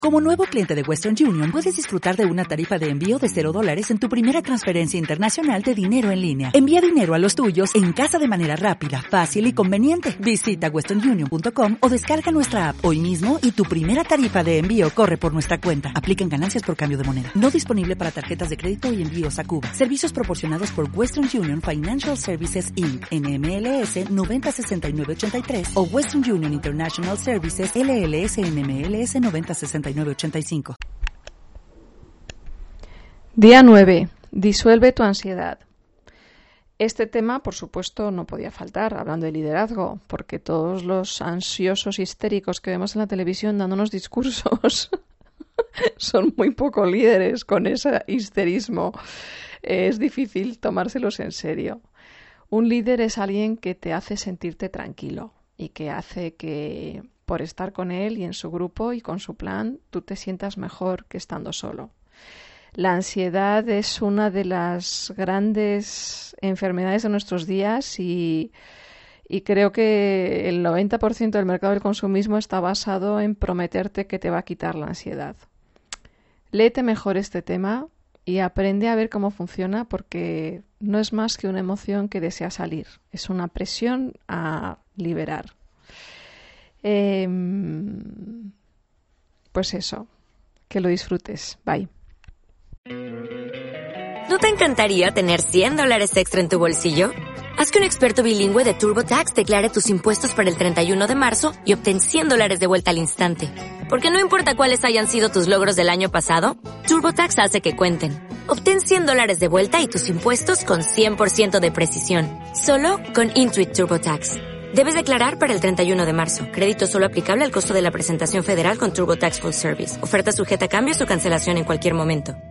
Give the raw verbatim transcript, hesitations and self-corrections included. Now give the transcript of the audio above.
Como nuevo cliente de Western Union, puedes disfrutar de una tarifa de envío de cero dólares en tu primera transferencia internacional de dinero en línea. Envía dinero a los tuyos en casa de manera rápida, fácil y conveniente. Visita western union punto com o descarga nuestra app hoy mismo y tu primera tarifa de envío corre por nuestra cuenta. Aplican ganancias por cambio de moneda. No disponible para tarjetas de crédito y envíos a Cuba. Servicios proporcionados por Western Union Financial Services incorporated. N M L S noventa sesenta y nueve ochenta y tres o Western Union International Services L L S N M L S noventa sesenta y nueve ochenta y cinco. Día nueve. Disuelve tu ansiedad. Este tema, por supuesto, no podía faltar, hablando de liderazgo, porque todos los ansiosos histéricos que vemos en la televisión dándonos discursos son muy poco líderes con ese histerismo. Es difícil tomárselos en serio. Un líder es alguien que te hace sentirte tranquilo y que hace que, por estar con él y en su grupo y con su plan, tú te sientas mejor que estando solo. La ansiedad es una de las grandes enfermedades de nuestros días y, y creo que el noventa por ciento del mercado del consumismo está basado en prometerte que te va a quitar la ansiedad. Léete mejor este tema y aprende a ver cómo funciona, porque no es más que una emoción que desea salir. Es una presión a liberar. Eh, pues eso, que lo disfrutes. Bye. ¿No te encantaría tener cien dólares extra en tu bolsillo? Haz que un experto bilingüe de TurboTax declare tus impuestos para el treinta y uno de marzo y obtén cien dólares de vuelta al instante. Porque no importa cuáles hayan sido tus logros del año pasado, TurboTax hace que cuenten. Obtén cien dólares de vuelta y tus impuestos con cien por ciento de precisión. Solo con Intuit TurboTax. Debes declarar para el treinta y uno de marzo. Crédito solo aplicable al costo de la presentación federal con TurboTax Full Service. Oferta sujeta a cambios o cancelación en cualquier momento.